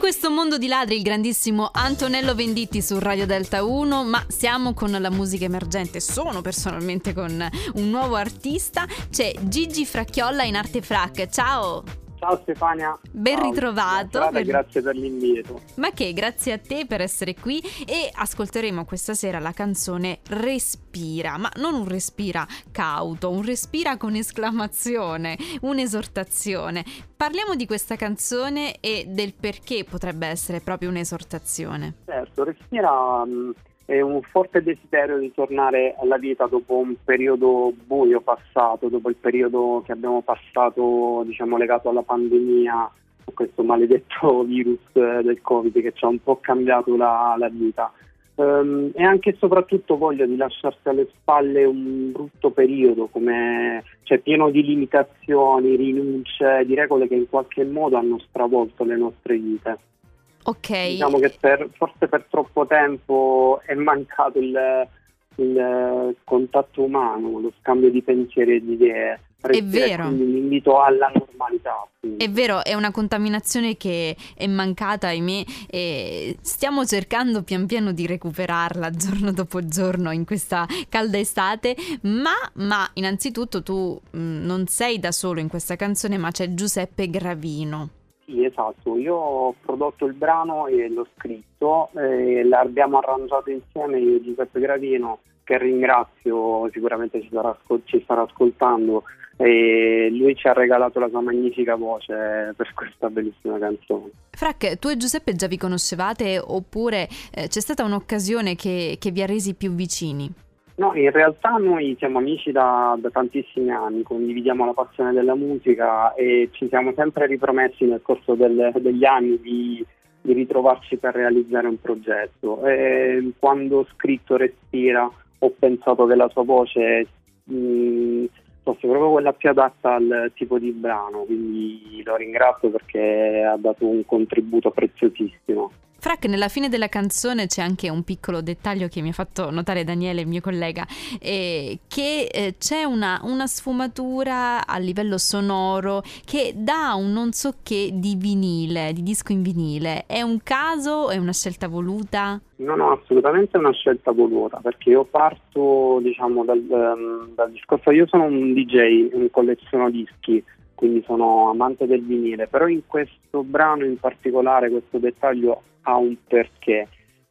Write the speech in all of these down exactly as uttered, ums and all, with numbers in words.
questo mondo di ladri il grandissimo Antonello Venditti su Radio Delta uno, ma siamo con la musica emergente, sono personalmente con un nuovo artista, c'è Gigi Fracchiolla in arte Frac. Ciao! Ciao Stefania. Ben Ciao. ritrovato. Ciao, ben... Grazie per l'invito. Ma che, grazie a te per essere qui e ascolteremo questa sera la canzone Respira, ma non un respira cauto, un respira con esclamazione, un'esortazione. Parliamo di questa canzone e del perché potrebbe essere proprio un'esortazione. Certo, Respira mh, è un forte desiderio di tornare alla vita dopo un periodo buio passato, dopo il periodo che abbiamo passato, diciamo, legato alla pandemia, questo maledetto virus del Covid che ci ha un po' cambiato la, la vita. Um, e anche e soprattutto voglia di lasciarsi alle spalle un brutto periodo, come, cioè, pieno di limitazioni, rinunce, di regole che in qualche modo hanno stravolto le nostre vite. Ok. Diciamo che per, forse per troppo tempo è mancato il, il contatto umano, lo scambio di pensieri e di idee. È vero. Quindi l'invito alla normalità. Quindi. È vero, è una contaminazione che è mancata, ahimè, e stiamo cercando pian piano di recuperarla giorno dopo giorno in questa calda estate, ma, ma innanzitutto tu mh, non sei da solo in questa canzone, ma c'è Giuseppe Gravino. Sì, esatto, io ho prodotto il brano e l'ho scritto, e l'abbiamo arrangiato insieme io e Giuseppe Gravino, che ringrazio, sicuramente ci sarà, ci starà ascoltando, e lui ci ha regalato la sua magnifica voce per questa bellissima canzone. Frac, tu e Giuseppe già vi conoscevate oppure eh, c'è stata un'occasione che, che vi ha resi più vicini? No, in realtà noi siamo amici da, da tantissimi anni, condividiamo la passione della musica e ci siamo sempre ripromessi nel corso del, degli anni di, di ritrovarci per realizzare un progetto. E quando ho scritto Respira ho pensato che la sua voce mh, fosse proprio quella più adatta al tipo di brano, quindi lo ringrazio perché ha dato un contributo preziosissimo. Frac, nella fine della canzone c'è anche un piccolo dettaglio che mi ha fatto notare Daniele, il mio collega, eh, che eh, c'è una, una sfumatura a livello sonoro che dà un non so che di vinile, di disco in vinile. È un caso? È una scelta voluta? No, no, assolutamente una scelta voluta, perché io parto, diciamo, dal, um, dal discorso, io sono un D J, un colleziono dischi, quindi sono amante del vinile, però in questo brano in particolare questo dettaglio ha un perché.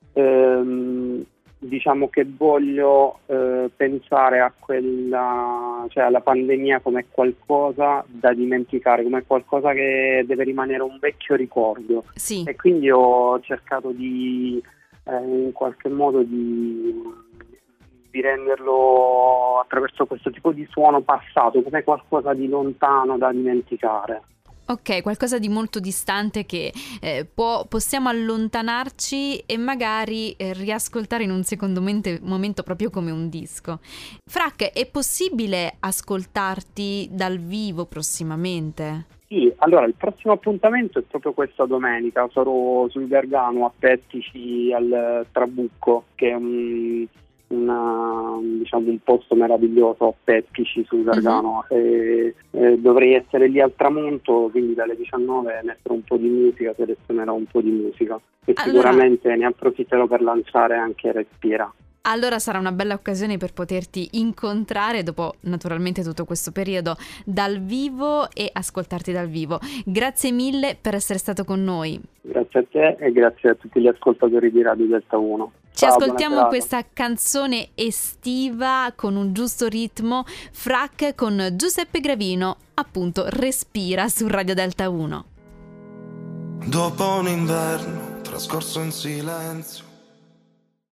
Ehm, diciamo che voglio eh, pensare a quella, cioè alla pandemia come qualcosa da dimenticare, come qualcosa che deve rimanere un vecchio ricordo. Sì. E quindi ho cercato di eh, in qualche modo di, di renderlo attraverso questo tipo di suono passato, come qualcosa di lontano da dimenticare. Ok, qualcosa di molto distante che eh, può, possiamo allontanarci e magari eh, riascoltare in un secondo mente, momento proprio come un disco. Frac, è possibile ascoltarti dal vivo prossimamente? Sì, allora il prossimo appuntamento è proprio questa domenica, sarò sul Gargano a Pettici al Trabucco, che è un... Una, diciamo un posto meraviglioso a Pettici sul Gargano. Uh-huh. e, e dovrei essere lì al tramonto, quindi dalle diciannove metterò un po' di musica, selezionerò un po' di musica e allora, sicuramente ne approfitterò per lanciare anche Respira. Allora sarà una bella occasione per poterti incontrare dopo naturalmente tutto questo periodo dal vivo e ascoltarti dal vivo. Grazie mille per essere stato con noi. Grazie a te e grazie a tutti gli ascoltatori di Radio Delta uno. Ci Ciao, ascoltiamo questa canzone estiva con un giusto ritmo, Frac con Giuseppe Gravino, appunto Respira su Radio Delta uno. Dopo un inverno trascorso in silenzio,